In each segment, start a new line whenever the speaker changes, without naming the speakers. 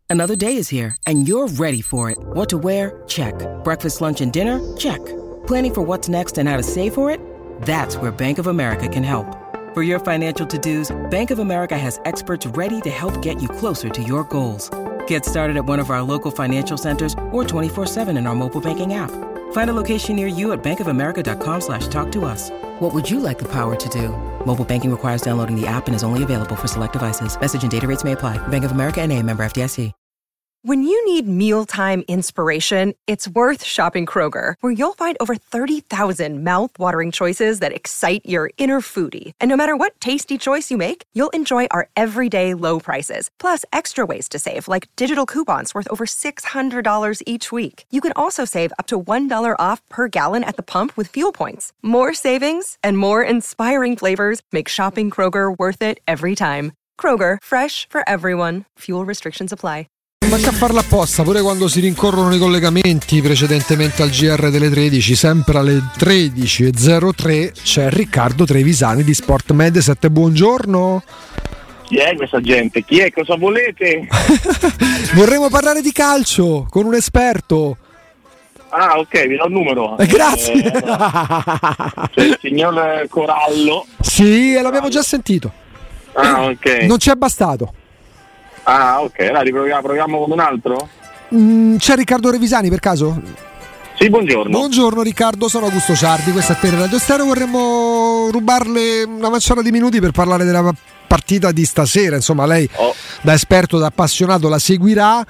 Another day is here, and you're ready for it. What to wear? Check. Breakfast, lunch, and dinner? Check. Planning for what's next and how to save for it? That's where Bank of America can help. For your financial to-dos, Bank of America has experts ready to help get you closer to your goals. Get started at one of our local financial centers or 24/7 in our mobile banking app. Find a location near you at bankofamerica.com/talktous. What would you like the power to do? Mobile banking requires downloading the app and is only available for select devices. Message and data rates may apply. Bank of America N.A., member FDIC.
When you need mealtime inspiration, it's worth shopping Kroger, where you'll find over 30,000 mouth-watering choices that excite your inner foodie. And no matter what tasty choice you make, you'll enjoy our everyday low prices, plus extra ways to save, like digital coupons worth over $600 each week. You can also save up to $1 off per gallon at the pump with fuel points. More savings and more inspiring flavors make shopping Kroger worth it every time. Kroger, fresh for everyone. Fuel restrictions apply.
Manca a farla apposta, pure quando si rincorrono i collegamenti precedentemente al GR delle 13, sempre alle 13.03 c'è Riccardo Trevisani di Sport Mediaset. Buongiorno.
Chi è questa gente? Chi è? Cosa volete?
Vorremmo parlare di calcio con un esperto.
Ah, ok, vi do il numero.
Grazie.
C'è il signor Corallo.
Sì, l'abbiamo già sentito.
Ah, ok.
Non ci è bastato.
Ah, ok, allora proviamo con un altro?
C'è Riccardo Trevisani per caso?
Sì, buongiorno.
Buongiorno Riccardo, sono Augusto Ciardi, questa è Tele Radio Stereo. Vorremmo rubarle una manciata di minuti per parlare della partita di stasera. Insomma, lei da esperto, da appassionato la seguirà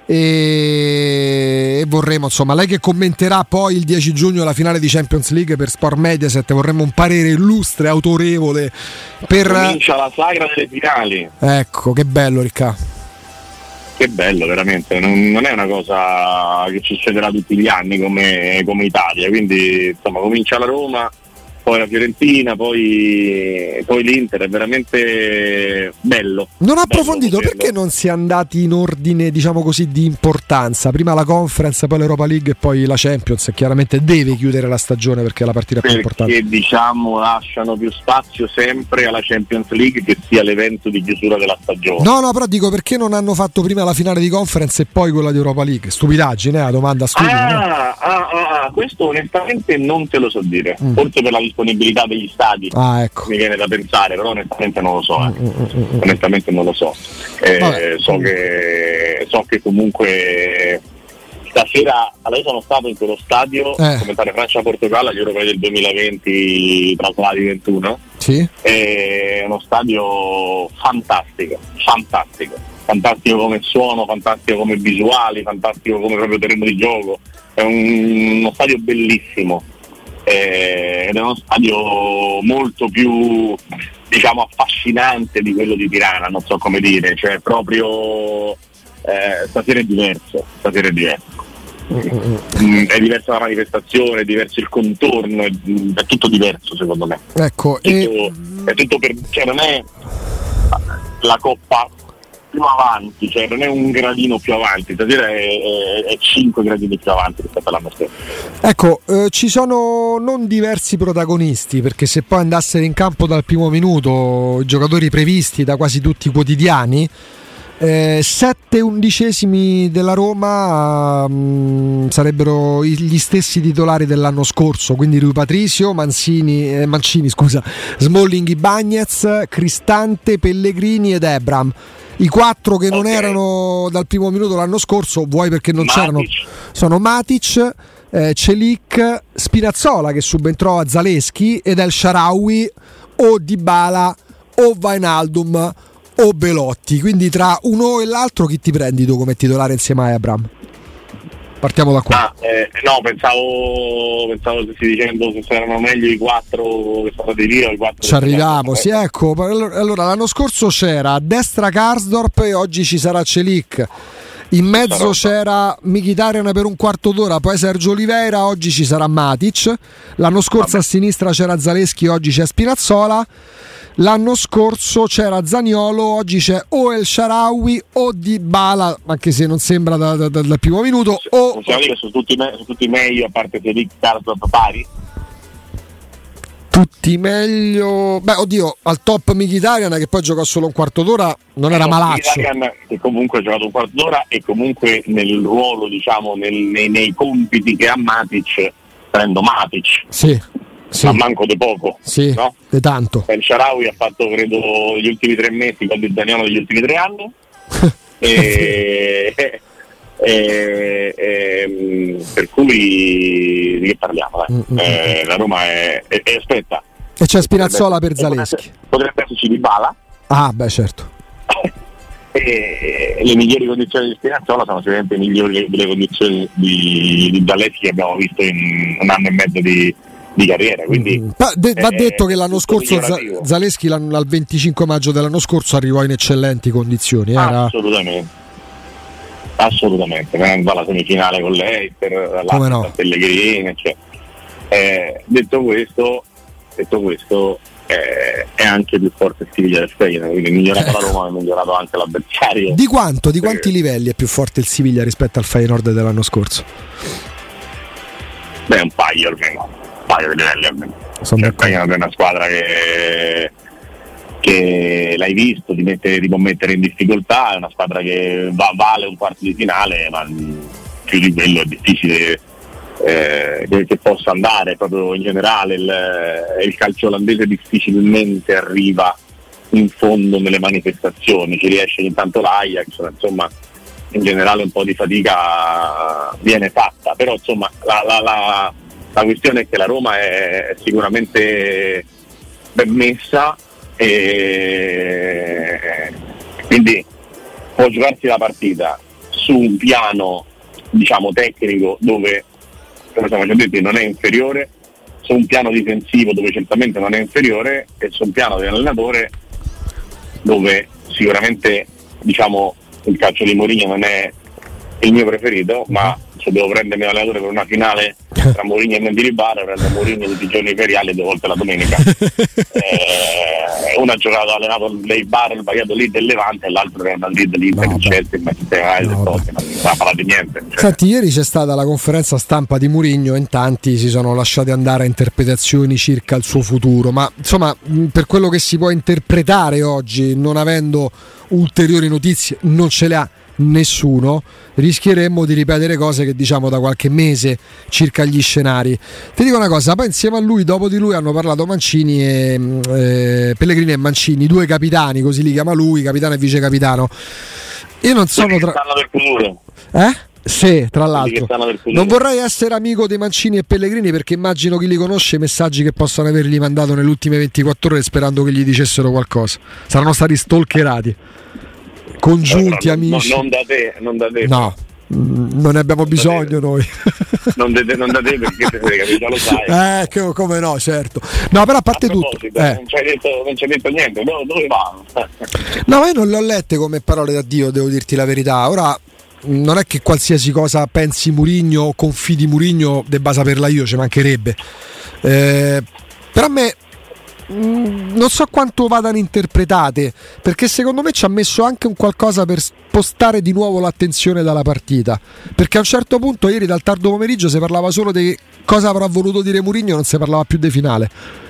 e vorremmo, insomma, lei che commenterà poi il 10 giugno la finale di Champions League per Sport Mediaset, vorremmo un parere illustre, autorevole per...
Comincia la sagra delle finali.
Ecco, che bello Riccardo.
Che bello, veramente, non è una cosa che ci succederà tutti gli anni come Italia, quindi insomma comincia la Roma, poi la Fiorentina, poi l'Inter, è veramente bello.
Non ho approfondito perché non si è andati in ordine, diciamo così, di importanza, prima la Conference, poi l'Europa League e poi la Champions, e chiaramente deve chiudere la stagione perché è la partita più importante.
Perché diciamo lasciano più spazio sempre alla Champions League che sia l'evento di chiusura della stagione.
No, però dico perché non hanno fatto prima la finale di Conference e poi quella di Europa League. Stupidaggine, la domanda stupida.
Questo onestamente non te lo so dire, forse per la disponibilità degli stadi,
ecco.
Mi viene da pensare, però onestamente non lo so. Onestamente non lo so. So che comunque stasera, allora io sono stato in quello stadio a commentare Francia-Portogallo agli Europei del 2020 traslati 21.
Sì.
È uno stadio fantastico come suono, fantastico come visuali, fantastico come proprio terreno di gioco. È uno stadio bellissimo ed è uno stadio molto più, diciamo, affascinante di quello di Tirana, non so come dire, cioè proprio stasera è diverso. È diversa la manifestazione, è diverso il contorno, è tutto diverso secondo me.
Ecco,
è tutto cioè non è la Coppa più avanti, cioè non è un gradino più avanti, stasera è 5 gradini più avanti rispetto all'anno stesso.
Ecco, ci sono non diversi protagonisti, perché se poi andassero in campo dal primo minuto i giocatori previsti da quasi tutti i quotidiani, 7 undicesimi della Roma sarebbero gli stessi titolari dell'anno scorso, quindi Rui Patricio, Mancini, Smalling, Ibañez, Cristante, Pellegrini ed Ebram. I 4 che non erano dal primo minuto l'anno scorso, vuoi perché non c'erano, sono Matic, Celic, Spinazzola che subentrò a Zaleschi ed El Shaarawy o Dybala o Wijnaldum o Belotti. Quindi tra uno e l'altro chi ti prendi tu come titolare insieme a Ebram? Partiamo da qua.
No, pensavo stessi dicendo se erano meglio i 4 che sono di via o i 4.
Ci arriviamo, sì, ecco. Allora l'anno scorso c'era a destra Karsdorp e oggi ci sarà Celic. In mezzo c'era Mkhitaryan per un quarto d'ora, poi Sergio Oliveira, oggi ci sarà Matic. L'anno scorso a sinistra c'era Zaleschi, oggi c'è Spinazzola. L'anno scorso c'era Zaniolo, oggi c'è o El Shaarawy o Dybala, anche se non sembra dal primo minuto.
Possiamo dire che sono tutti meglio, a parte Celic, Karsdorp pari?
Tutti meglio. Beh, oddio, al top Mkhitaryan che poi giocò solo un quarto d'ora, non era malaccio.
Mkhitaryan che comunque ha giocato un quarto d'ora e comunque nel ruolo, diciamo, nei compiti che ha Matic, prendo Matic.
Sì.
Ma manco di poco.
Sì,
no?
Di tanto.
El Shaarawy ha fatto, credo, gli ultimi 3 mesi, il gol di Zaniolo degli ultimi 3 anni. Per cui di che parliamo? La Roma è aspetta.
E c'è Spinazzola per Zaleschi.
Potrebbe esserci Dybala.
Ah, beh, certo.
E le migliori condizioni di Spinazzola sono sicuramente migliori delle condizioni di Zaleschi che abbiamo visto in un anno e mezzo di carriera, quindi
va detto che l'anno scorso Zaleschi al 25 maggio dell'anno scorso arrivò in eccellenti condizioni.
Assolutamente, venendo alla semifinale con l'Eister, la Pellegrini, detto questo è anche più forte il Siviglia del Feyenoord, quindi è migliorato la Roma, è migliorato anche l'avversario.
Di quanti livelli è più forte il Siviglia rispetto al Feyenoord dell'anno scorso?
Beh, un paio di livelli almeno. Il Feyenoord è una squadra che l'hai visto, ti può mettere in difficoltà, è una squadra che vale un quarto di finale, ma più di quello è difficile che possa andare. Proprio in generale il calcio olandese difficilmente arriva in fondo nelle manifestazioni, ci riesce intanto l'Ajax, insomma in generale un po' di fatica viene fatta, però insomma la questione è che la Roma è sicuramente ben messa e quindi può giocarsi la partita su un piano, diciamo, tecnico dove, come siamo già detti, non è inferiore, su un piano difensivo dove certamente non è inferiore e su un piano di allenatore dove sicuramente, diciamo, il calcio di Mourinho non è il mio preferito, ma se devo prendermi l'allenatore per una finale tra Mourinho e Mendilibar, prendo Mourinho tutti i giorni feriali e 2 volte la domenica. Uno ha giocato, allenato l'Eibar, il Valladolid del Levante, e l'altro era il Madrid, l'Inter, il Chelsea, il Manchester United, non ha parlato di niente.
Senti, ieri c'è stata la conferenza stampa di Mourinho e in tanti si sono lasciati andare a interpretazioni circa il suo futuro, ma insomma, per quello che si può interpretare oggi, non avendo ulteriori notizie, non ce le ha nessuno, rischieremmo di ripetere cose che diciamo da qualche mese circa gli scenari. Ti dico una cosa, poi insieme a lui, dopo di lui hanno parlato Mancini e Pellegrini e Mancini, 2 capitani, così li chiama lui, capitano e vice capitano. Io non sono
del futuro.
Sì, tra l'altro non vorrei essere amico dei Mancini e Pellegrini perché immagino chi li conosce i messaggi che possono avergli mandato nelle ultime 24 ore sperando che gli dicessero qualcosa. Saranno stati stalkerati, congiunti, amici.
Non da te.
No, non ne abbiamo bisogno noi.
Non da te perché te già lo sai.
Come no, certo. No, però a parte tutto,
non ci hai detto niente. Dove va?
No, io non le ho lette come parole da Dio, devo dirti la verità. Ora non è che qualsiasi cosa pensi Mourinho o confidi Mourinho debba saperla io, ci mancherebbe. Per me non so quanto vadano interpretate, perché secondo me ci ha messo anche un qualcosa per spostare di nuovo l'attenzione dalla partita, perché a un certo punto ieri dal tardo pomeriggio si parlava solo di cosa avrà voluto dire Mourinho, non si parlava più di finale.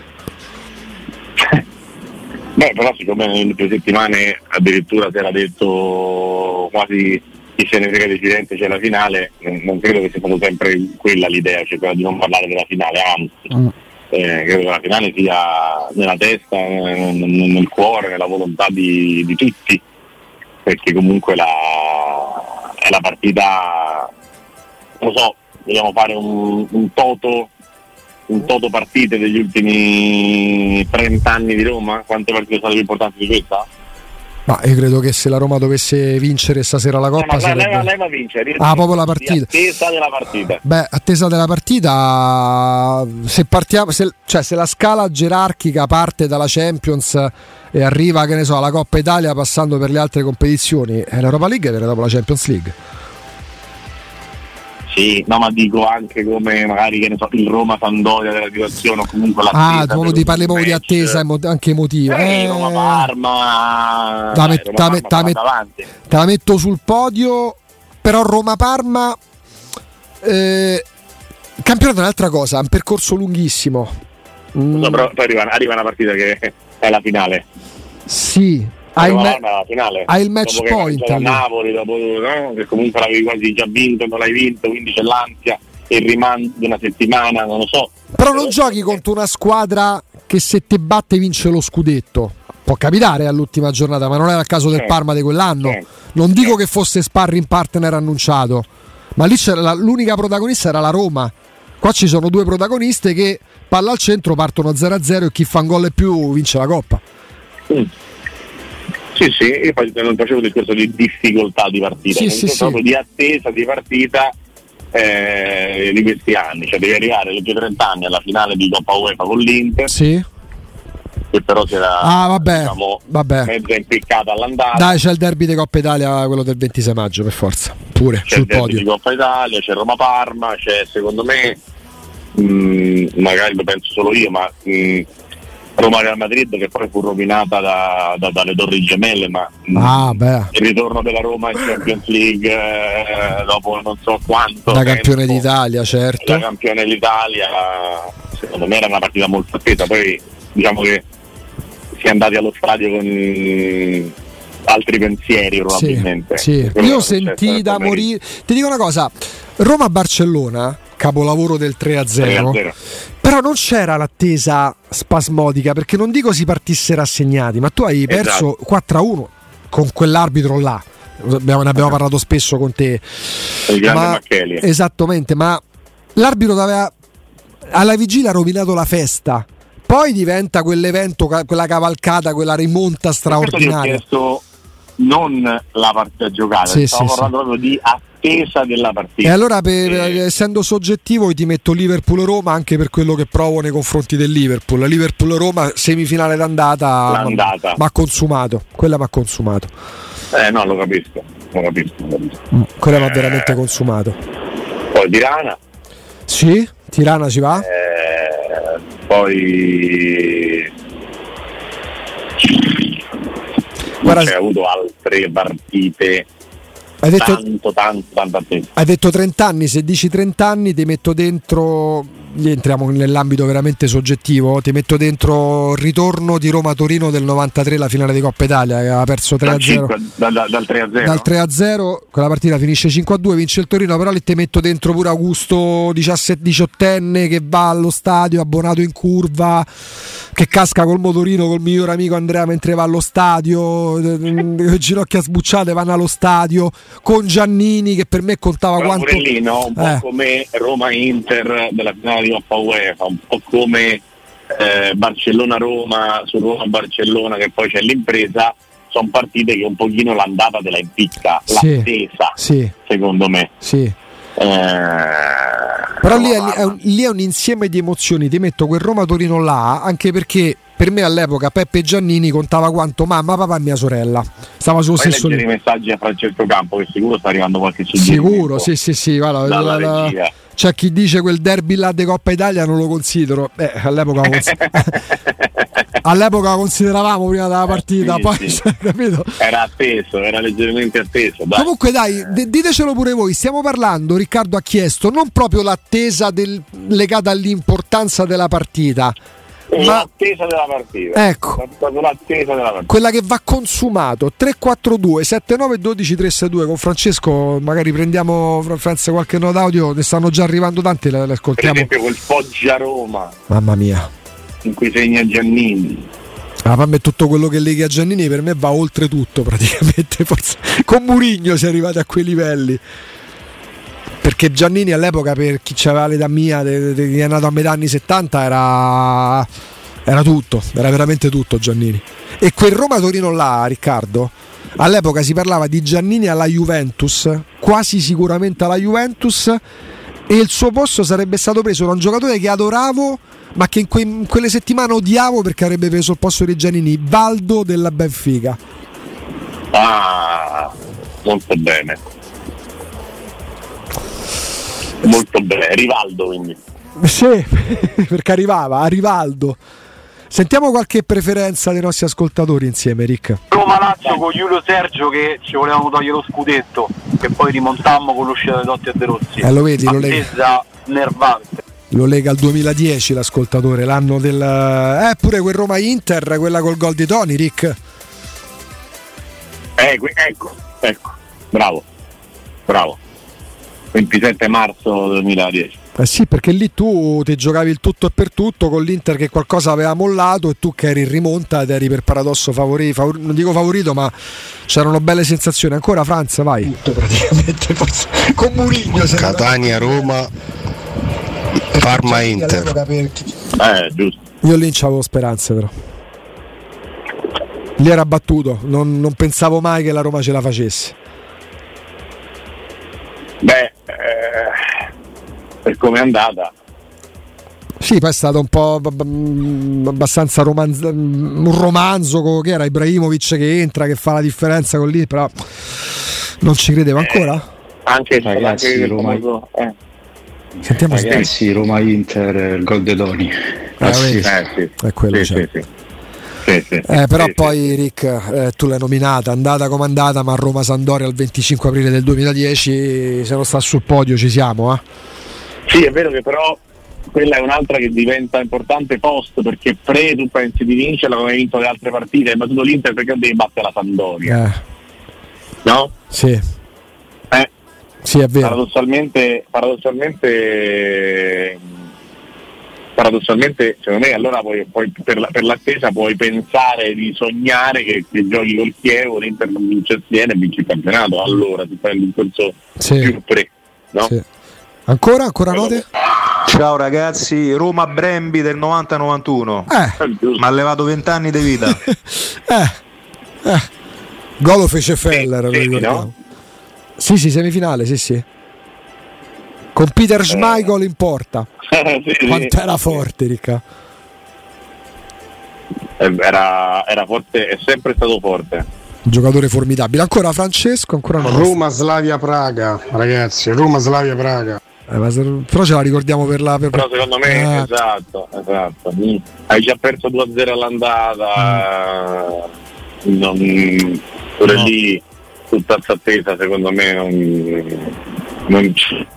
Beh, però siccome nelle 2 settimane addirittura si era detto quasi chi se ne frega decidente c'è la finale, non credo che sia stata sempre quella l'idea, cioè quella di non parlare della finale, anzi credo che la finale sia nella testa, nel cuore, nella volontà di tutti, perché comunque è la partita, non lo so, vogliamo fare un toto partite degli ultimi 30 anni di Roma. Quante partite sono più importanti di questa?
Ma io credo che se la Roma dovesse vincere stasera la Coppa
leva vincere.
Proprio la partita.
Attesa della partita.
Beh, attesa della partita. Se partiamo, se la scala gerarchica parte dalla Champions e arriva, che ne so, alla Coppa Italia passando per le altre competizioni, l'Europa League viene dopo la Champions League.
Sì, no, ma dico anche come magari, che ne so, il Roma-Sampdoria della situazione, o comunque l'attesa.
Tu parli proprio di attesa anche emotiva.
Roma-Parma.
Te la metto sul podio, però Roma-Parma campionato è un'altra cosa, è un percorso lunghissimo.
però poi arriva una partita che è la finale.
Sì, hai il match
dopo
point
a Napoli, dopo, no? Che comunque l'avevi quasi già vinto, non l'hai vinto, quindi c'è l'ansia, il rimando di una settimana, non lo so.
Però non giochi contro una squadra che se te batte vince lo scudetto. Può capitare all'ultima giornata, ma non era il caso del Parma di quell'anno. Non dico che fosse sparring partner annunciato, ma lì c'era l'unica protagonista era la Roma. Qua ci sono due protagoniste che palla al centro, partono 0-0 e chi fa un gol e più vince la Coppa.
Sì, io non facevo il discorso di difficoltà di partita, proprio di attesa di partita di questi anni, cioè devi arrivare legge 30 anni alla finale di Coppa UEFA con l'Inter. Sì. Che però c'era diciamo, mezza impiccata all'andata.
Dai, c'è il derby di Coppa Italia, quello del 26 maggio per forza, pure
c'è
sul
il derby
podio
di Coppa Italia, c'è Roma-Parma, c'è secondo me magari lo penso solo io, ma Roma-Real Madrid, che poi fu rovinata dalle Torri Gemelle, ma il ritorno della Roma in Champions League dopo non so quanto
da campione d'Italia, certo,
da campione d'Italia, secondo me era una partita molto attesa. Poi diciamo che si è andati allo stadio con altri pensieri probabilmente.
Sì. Io sentì da morire. Ti dico una cosa, Roma-Barcellona, capolavoro del 3-0, però non c'era l'attesa spasmodica, perché non dico si partissero assegnati, ma tu hai perso 4-1 con quell'arbitro là. Ne abbiamo parlato spesso con te,
il grande Macchelli.
Esattamente, ma l'arbitro aveva alla vigilia rovinato la festa. Poi diventa quell'evento, quella cavalcata, quella rimonta straordinaria.
Ho chiesto non la partita giocata, stavo parlando proprio di attesa della partita.
E allora essendo soggettivo ti metto Liverpool-Roma, anche per quello che provo nei confronti del Liverpool. Liverpool-Roma semifinale d'andata, ma consumato. Quella mi ha consumato.
No, lo capisco.
Quella mi ha veramente consumato.
Poi Tirana.
Sì, Tirana ci va.
Poi c'è avuto altre partite.
Hai detto,
tanto attento.
Hai detto 30 anni, se dici 30 anni ti metto dentro, entriamo nell'ambito veramente soggettivo, ti metto dentro il ritorno di Roma-Torino del 93, la finale di Coppa Italia, che aveva perso 3-0
dal 3-0.
Dal 3-0, quella partita finisce 5-2, vince il Torino, però lì ti metto dentro pure Augusto, 18enne, che va allo stadio abbonato in curva, che casca col motorino col miglior amico Andrea mentre va allo stadio, ginocchia sbucciate, vanno allo stadio con Giannini, che per me contava
però
quanto
pure lì, no? Un po' come Roma-Inter della finale di Coppa UEFA, un po' come Barcellona-Roma su Roma-Barcellona, che poi c'è l'impresa. Sono partite che un pochino l'andata te la impicca, l'attesa, secondo me.
Però lì è un insieme di emozioni. Ti metto quel Roma-Torino là, anche perché per me all'epoca Peppe Giannini contava quanto mamma, papà e mia sorella. Stava sullo stesso
livello. I messaggi a Francesco Campo, che sicuro sta arrivando qualche suggerimento.
Sicuro, sì. Guarda, c'è chi dice quel derby là di Coppa Italia non lo considero. All'epoca consideravamo prima della partita, poi capito?
Era leggermente atteso. Dai.
Comunque dai, ditecelo pure voi, stiamo parlando, Riccardo ha chiesto, non proprio l'attesa legata all'importanza della partita, ma
l'attesa della partita.
Ecco,
l'attesa della partita.
Quella che va consumato. 342 79 12 362. Con Francesco magari prendiamo qualche nota audio, ne stanno già arrivando tante, le ascoltiamo.
Per esempio quel Foggia-Roma,
mamma mia,
in cui segna Giannini.
Per me tutto quello che lega a Giannini per me va oltre tutto praticamente. Forse con Mourinho si è arrivati a quei livelli, perché Giannini all'epoca, per chi c'aveva l'età mia, che è nato a metà anni 70, era tutto, era veramente tutto Giannini. E quel Roma-Torino là, Riccardo, all'epoca si parlava di Giannini alla Juventus, quasi sicuramente alla Juventus, e il suo posto sarebbe stato preso da un giocatore che adoravo, ma che in quelle settimane odiavo perché avrebbe preso il posto di Giannini, Baldo della Benfica.
Molto bene. Molto bene, Rivaldo quindi.
Sì, perché arrivava a Rivaldo. Sentiamo qualche preferenza dei nostri ascoltatori insieme, Rick.
Roma-Lazio con Giulio Sergio, che ci volevamo togliere lo scudetto, che poi rimontammo con l'uscita dei Totti e De Rossi.
Lo vedi,
attesa nervante.
lo lega al 2010 l'ascoltatore, l'anno del pure quel Roma-Inter, quella col gol di Toni, Rick.
Ecco, bravo 27 marzo 2010.
Sì, perché lì tu ti giocavi il tutto e per tutto con l'Inter che qualcosa aveva mollato e tu che eri in rimonta ed eri per paradosso non dico favorito, ma c'erano belle sensazioni. Ancora Franz, vai. Tutto praticamente, forse con Mourinho.
Catania, Roma, Parma, Inter.
Giusto.
Io lì c'avevo speranze, però lì era battuto, non pensavo mai che la Roma ce la facesse.
Per come è andata.
Sì, poi è stato un po' abbastanza un romanzo che era Ibrahimovic che entra, che fa la differenza con lì, però non ci credevo ancora.
Anche
ragazzi, Roma,
sentiamo
ragazzi, Roma-Inter, il gol di Toni.
Sì.
È quello,
sì.
Però poi Rick, tu l'hai nominata, andata come andata, ma Roma-Sampdoria il 25 aprile del 2010, se non sta sul podio ci siamo,
Sì, è vero che però quella è un'altra che diventa importante post, perché tu pensi di vincerla come hai vinto le altre partite, hai battuto l'Inter perché non devi battere la Sampdoria, no?
Sì. Sì, è vero.
Paradossalmente secondo me allora poi per l'attesa puoi pensare di sognare che giochi col Chievo, l'Inter non vince assieme e vince il campionato, allora ti fai un discorso più no?
Sì. Ancora note?
Ciao ragazzi, Roma Brembi del 90-91. Mi ha levato 20 anni di vita.
Golo fece Feller, lo ricordiamo.
No?
Sì, semifinale, sì. Con Peter Schmeichel in porta. Quanto era forte, Ricca.
Era forte, è sempre stato forte.
Un giocatore formidabile. Ancora Francesco, ancora no.
Roma Slavia Praga, ragazzi, Roma Slavia Praga.
Però ce la ricordiamo
Però secondo me esatto. Hai già perso 2-0 all'andata. Pure lì tutta attesa, secondo me non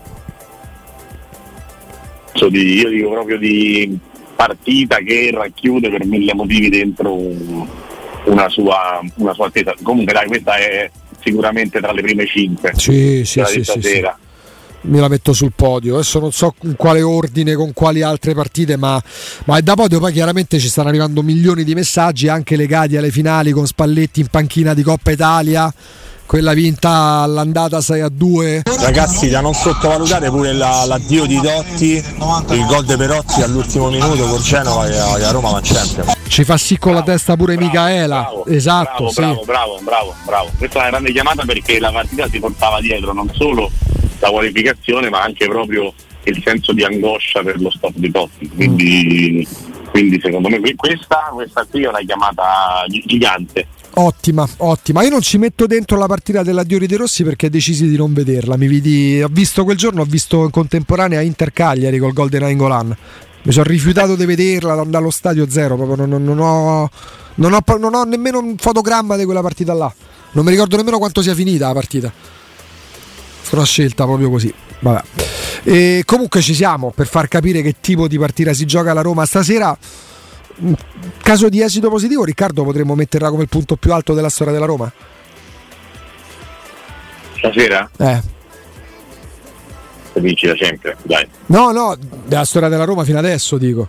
io dico proprio di partita che racchiude per 1000 motivi dentro una sua attesa. Comunque dai, questa è sicuramente tra le prime 5
sì.
stasera.
Me la metto sul podio, adesso non so in quale ordine, con quali altre partite, ma è da podio. Poi chiaramente ci stanno arrivando milioni di messaggi anche legati alle finali con Spalletti in panchina di Coppa Italia, quella vinta all'andata 6-2.
Ragazzi, da non sottovalutare pure l'addio di Totti, il gol di Perotti all'ultimo minuto con Genova che a Roma va Champions.
Ci fa sì con la testa pure Micaela. Esatto,
bravo. Questa è una grande chiamata, perché la partita si portava dietro non solo la qualificazione ma anche proprio il senso di angoscia per lo stop di Totti, quindi secondo me questa qui è una chiamata gigante.
Ottima. Io non ci metto dentro la partita dell'addio di Rossi perché decisi di non vederla. Ho visto quel giorno, ho visto in contemporanea Inter Cagliari col gol di Nainggolan. Mi sono rifiutato di vederla, ad andare allo stadio zero, proprio non ho nemmeno un fotogramma di quella partita là. Non mi ricordo nemmeno quanto sia finita la partita. Una scelta proprio così. Vabbè. E comunque ci siamo per far capire che tipo di partita si gioca la Roma stasera. In caso di esito positivo, Riccardo, potremmo metterla come il punto più alto della storia della Roma?
Stasera? Vinci da sempre, dai.
No, della storia della Roma fino adesso, dico.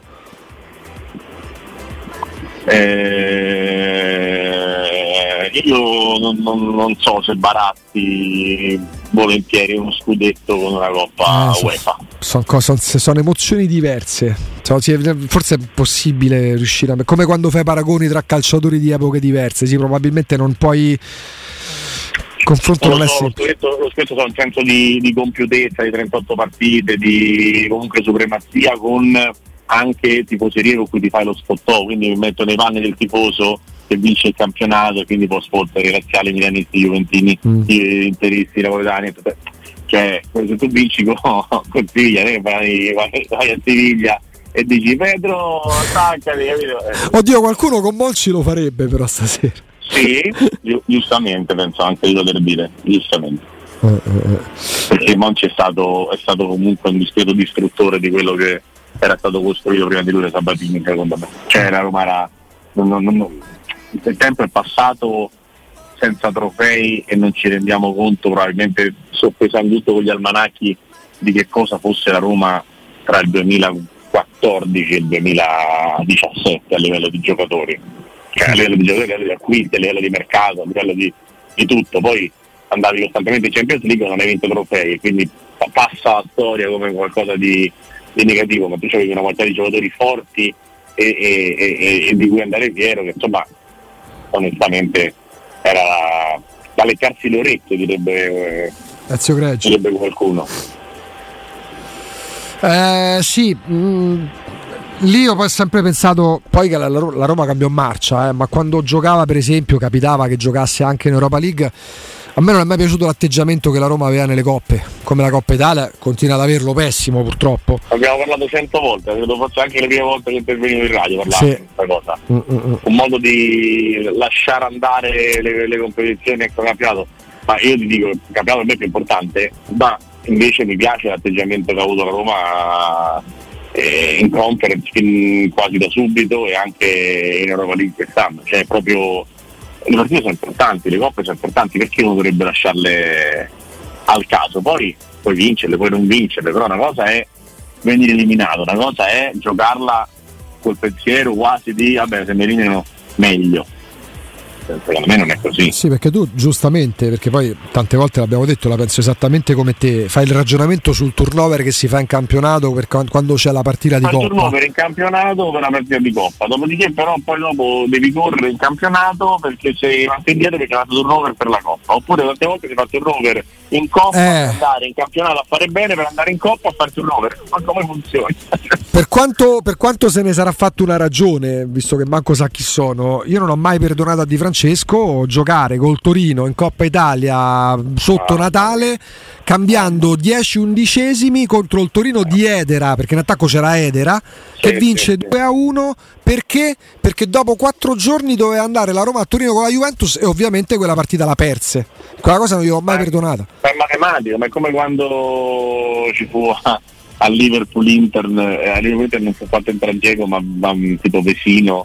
Io non so se baratti volentieri uno scudetto con una Coppa UEFA.
Sono emozioni diverse. Forse è possibile riuscire come quando fai paragoni tra calciatori di epoche diverse. Sì, probabilmente non puoi. Confronto non è semplice.
Lo scudetto ha un senso di compiutezza, di 38 partite, di comunque supremazia, con anche tifoserie con cui ti fai lo sfottò, quindi mi metto nei panni del tifoso che vince il campionato e quindi può sfottere i razziali milanisti, juventini, interisti, napoletani, cioè se tu vinci con Siviglia, vai a Siviglia e dici Pedro attaccati, capito?
Oddio, qualcuno con Monci lo farebbe però stasera.
Sì, giustamente, penso anche di poter dire, giustamente. Perché Monci è stato comunque un discreto distruttore di quello che era stato costruito prima di lui da Sabatini, secondo me. Cioè la Roma era il tempo è passato senza trofei e non ci rendiamo conto, probabilmente soppesando tutto con gli almanacchi, di che cosa fosse la Roma tra il 2014 e il 2017 a livello di giocatori, cioè a livello di giocatori, a livello di acquisti, a livello di mercato, a livello di tutto. Poi andavi costantemente in Champions League e non hai vinto trofei, quindi passa la storia come qualcosa di negativo, ma tu avevi una quantità di giocatori forti e di cui andare fiero, che insomma onestamente era da leccarsi le orecchie, direbbe qualcuno.
Sì, lì ho poi sempre pensato poi che la Roma cambiò marcia, ma quando giocava, per esempio, capitava che giocasse anche in Europa League. A me non è mai piaciuto l'atteggiamento che la Roma aveva nelle coppe, come la Coppa Italia continua ad averlo pessimo, purtroppo.
Abbiamo parlato 100 volte, credo forse anche le prime volte che intervenivo in radio parlavo di questa cosa. Un modo di lasciare andare le competizioni ecco campionato, ma io ti dico, il campionato per me è più importante, ma invece mi piace l'atteggiamento che ha avuto la Roma in conference quasi da subito e anche in Europa League quest'anno, cioè proprio le partite sono importanti, le coppe sono importanti, perché uno dovrebbe lasciarle al caso? Poi puoi vincerle, puoi non vincerle, però una cosa è venire eliminato, una cosa è giocarla col pensiero quasi di vabbè, se mi eliminano meglio. Secondo me non è così.
Sì, perché tu giustamente, perché poi tante volte l'abbiamo detto, la penso esattamente come te, fai il ragionamento sul turnover che si fa in campionato per quando c'è la partita di Coppa.
Il turnover in campionato per la partita di Coppa, dopodiché però poi dopo devi correre in campionato perché sei avanti indietro perché hai fatto turnover per la Coppa, oppure tante volte si fa turnover in Coppa per andare in campionato a fare bene, per andare in Coppa a fare turnover. Ma come funziona?
Per quanto se ne sarà fatto una ragione, visto che manco sa chi sono, io non ho mai perdonato a Di Francesco giocare col Torino in Coppa Italia sotto Natale, cambiando 10 undicesimi contro il Torino di Edera, perché in attacco c'era Edera, che vince 2-1 perché dopo 4 giorni doveva andare la Roma a Torino con la Juventus e ovviamente quella partita la perse. Quella cosa non gliel'ho mai perdonata.
È matematico, ma è come quando ci fu a Liverpool Inter, a Liverpool Inter non fu fatto entrare Diego ma tipo Vesino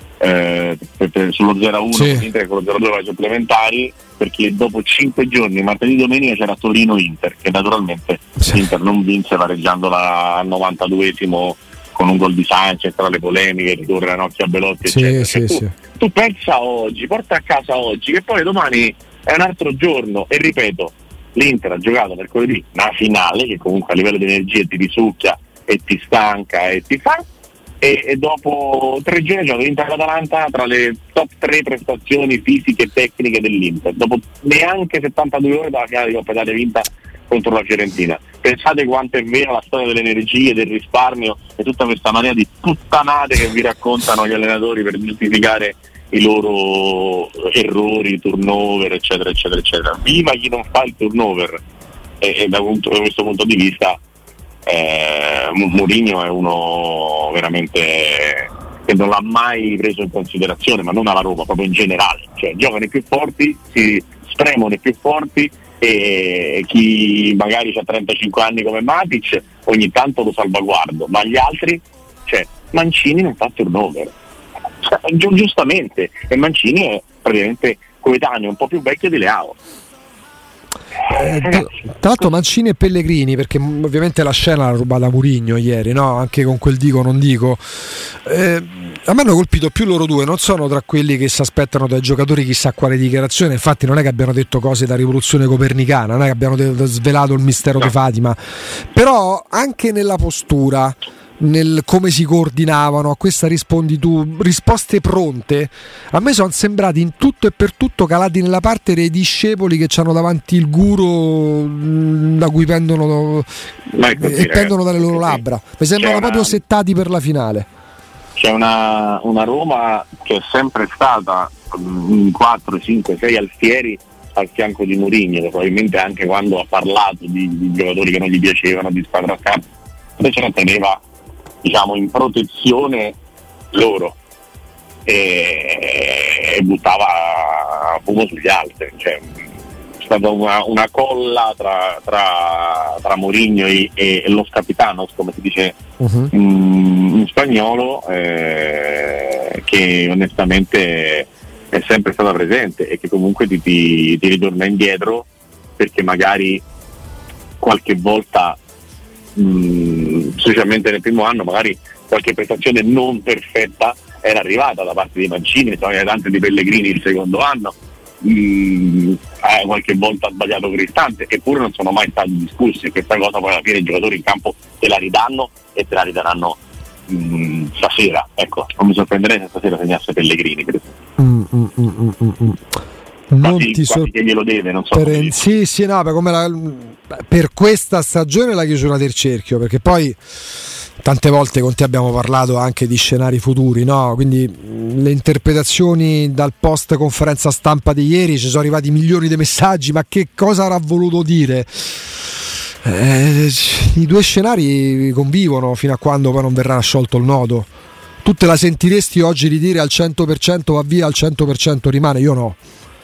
sullo 0-1, sì. Inter con lo 0-2 ai supplementari, perché dopo 5 giorni, martedì domenica, c'era Torino-Inter, che naturalmente l'Inter non vinse, pareggiandola al 92esimo con un gol di Sanchez, tra le polemiche, ritorno Ranocchia a Belotti, eccetera. Tu pensa oggi, porta a casa oggi, che poi domani è un altro giorno, e ripeto, l'Inter ha giocato mercoledì una finale che comunque a livello di energia ti risucchia e ti stanca e ti fa, e dopo 3 giorni gioca l'Inter-Atalanta tra le top 3 prestazioni fisiche e tecniche dell'Inter, dopo neanche 72 ore dalla finale di Coppa Italia vinta contro la Fiorentina. Pensate quanto è vera la storia delle energie, del risparmio e tutta questa marea di puttanate che vi raccontano gli allenatori per giustificare i loro errori, turnover, eccetera eccetera eccetera. Viva chi non fa il turnover, e da questo punto di vista Mourinho è uno veramente che non l'ha mai preso in considerazione, ma non alla Roma, proprio in generale, cioè giocano i più forti, si spremono i più forti, e chi magari ha 35 anni come Matic ogni tanto lo salvaguardo, ma gli altri, cioè Mancini non fa turnover, giustamente, e Mancini è praticamente coetaneo, un po' più vecchio di Leao.
Tra l'altro Mancini e Pellegrini, perché ovviamente la scena l'ha rubata Mourinho ieri, no? Anche con quel dico non dico, a me hanno colpito più loro due, non sono tra quelli che si aspettano dai giocatori chissà quale dichiarazione, infatti non è che abbiano detto cose da rivoluzione copernicana, non è che abbiano svelato il mistero di Fatima, però anche nella postura, nel come si coordinavano, a questa rispondi tu, risposte pronte, a me sono sembrati in tutto e per tutto calati nella parte dei discepoli che hanno davanti il guru da cui pendono pendono dalle loro labbra, mi sembrano proprio settati per la finale.
C'è una Roma che è sempre stata in 4, 5, 6 alfieri al fianco di Mourinho, probabilmente anche quando ha parlato di giocatori che non gli piacevano, di squadra a campo, invece la teneva, diciamo, in protezione loro e buttava fumo sugli altri, cioè stata una colla tra Mourinho e los capitanos, come si dice in spagnolo, che onestamente è sempre stata presente e che comunque ti ritorna indietro, perché magari qualche volta, specialmente nel primo anno, magari qualche prestazione non perfetta era arrivata da parte di Mancini, tante di Pellegrini il secondo anno, qualche volta ha sbagliato Cristante, eppure non sono mai stati discussi, e questa cosa poi alla fine i giocatori in campo te la ridanno e te la ridaranno stasera. Ecco, non mi sorprenderei se stasera segnasse Pellegrini, per esempio.
Non ti
che glielo deve, non so.
Sì, no, per questa stagione la chiusura del cerchio, perché poi tante volte con te abbiamo parlato anche di scenari futuri, no? Quindi le interpretazioni dal post conferenza stampa di ieri, ci sono arrivati milioni di messaggi, ma che cosa avrà voluto dire? I due scenari convivono fino a quando poi non verrà sciolto il nodo. Tu te la sentiresti oggi di dire al 100% va via, al 100% rimane? Io no.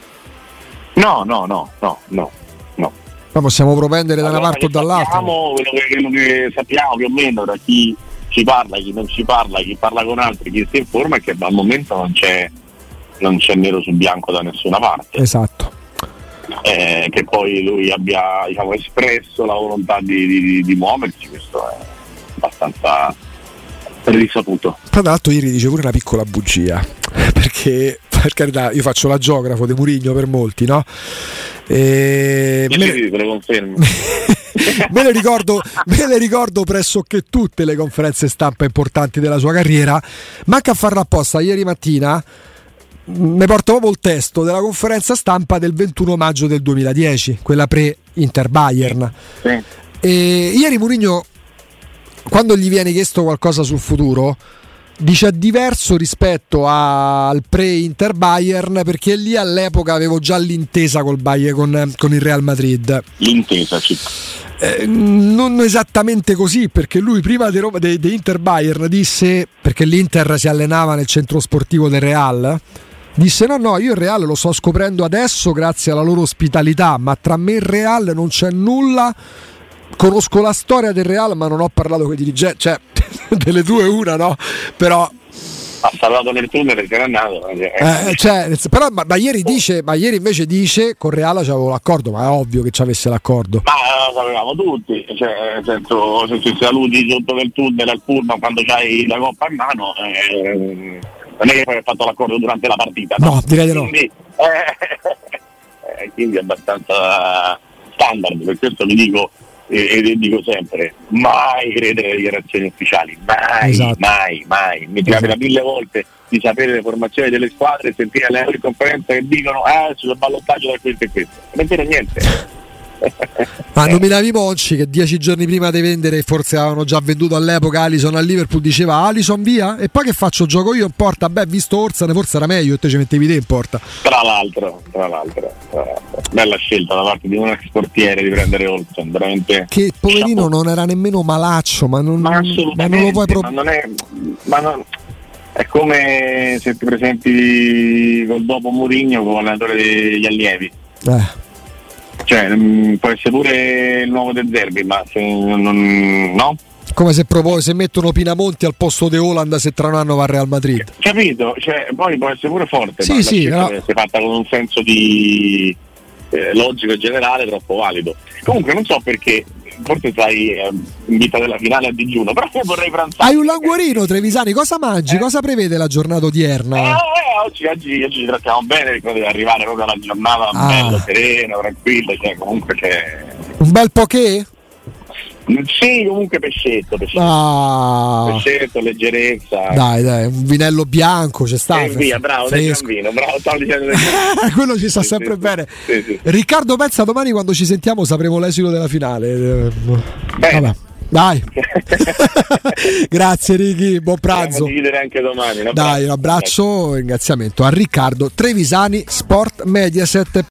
No.
Ma possiamo propendere da una parte o dall'altra.
Quello che sappiamo più o meno da chi ci parla, chi non ci parla, chi parla con altri, chi si informa, è che al momento non c'è nero su bianco da nessuna parte.
Esatto.
Che poi lui abbia, diciamo, espresso la volontà di muoversi, questo è abbastanza risaputo.
Tra l'altro ieri dice pure una piccola bugia, perché per carità io faccio l'agiografo di Mourinho per molti, no?
Te lo confermo.
me le ricordo pressoché tutte le conferenze stampa importanti della sua carriera. Manca a farla apposta, ieri mattina mi porto proprio il testo della conferenza stampa del 21 maggio del 2010, quella pre-Inter Bayern.
Sì.
E ieri Mourinho, quando gli viene chiesto qualcosa sul futuro, dice è diverso rispetto al pre-Inter Bayern, perché lì all'epoca avevo già l'intesa col Bayern, con il Real Madrid.
L'intesa,
non esattamente così, perché lui prima di Inter Bayern disse, perché l'Inter si allenava nel centro sportivo del Real, disse no, io il Real lo sto scoprendo adesso grazie alla loro ospitalità, ma tra me e il Real non c'è nulla. Conosco la storia del Real, ma non ho parlato con i dirigenti, cioè delle due una, no? Però
ha salvato nel tunnel perché era nato.
Però ma ieri invece dice con Real c'avevo l'accordo, ma è ovvio che ci avesse l'accordo.
Ma lo sapevamo tutti, cioè, nel senso, se ti saluti sotto del tunnel al pullman quando c'hai la coppa in mano, non è che poi hai fatto l'accordo durante la partita.
No, direi di no.
Quindi è abbastanza standard, per questo vi dico e dico sempre, mai credere alle dichiarazioni ufficiali, mai, esatto. mai. Mi capita 1000 volte di sapere le formazioni delle squadre e sentire alle conferenze che dicono sul ballottaggio da questo e questo. Non è niente.
Ma nominavi Monchi, che 10 giorni prima di vendere, forse avevano già venduto all'epoca Alisson al Liverpool, diceva Alisson via, e poi che faccio, gioco io in porta? Beh, visto Orsane forse era meglio e te ci mettevi te in porta.
Tra l'altro bella scelta da parte di un ex portiere di prendere Olsen, veramente,
che poverino non era nemmeno malaccio, ma non lo puoi
è come se ti presenti col dopo Mourinho come allenatore degli allievi. Cioè, può essere pure il nuovo De Zerbi, ma se non, no?
Come se mettono Pinamonti al posto di Haaland se tra un anno va al Real Madrid.
Capito? Cioè, poi può essere pure forte,
sì,
ma
sì,
no. È fatta con un senso di logico e generale troppo valido. Comunque non so perché, forse sai in vita della finale a digiuno, però io vorrei pranzare.
Hai un languorino, Trevisani, cosa mangi? Cosa prevede la giornata odierna?
Oggi ci trattiamo bene, perché deve arrivare proprio alla giornata bella, serena, tranquilla, cioè comunque c'è
un bel poké?
Sì, comunque pescetto, leggerezza.
Dai, un vinello bianco c'è stato.
Via, bravo, bravo, stavo dicendo
quello ci sta sempre bene.
Sì.
Riccardo, pensa domani quando ci sentiamo sapremo l'esito della finale. Vabbè. Dai. Grazie Ricky, buon pranzo.
Anche domani,
dai, un abbraccio, ringraziamento a Riccardo Trevisani, Sport Mediaset.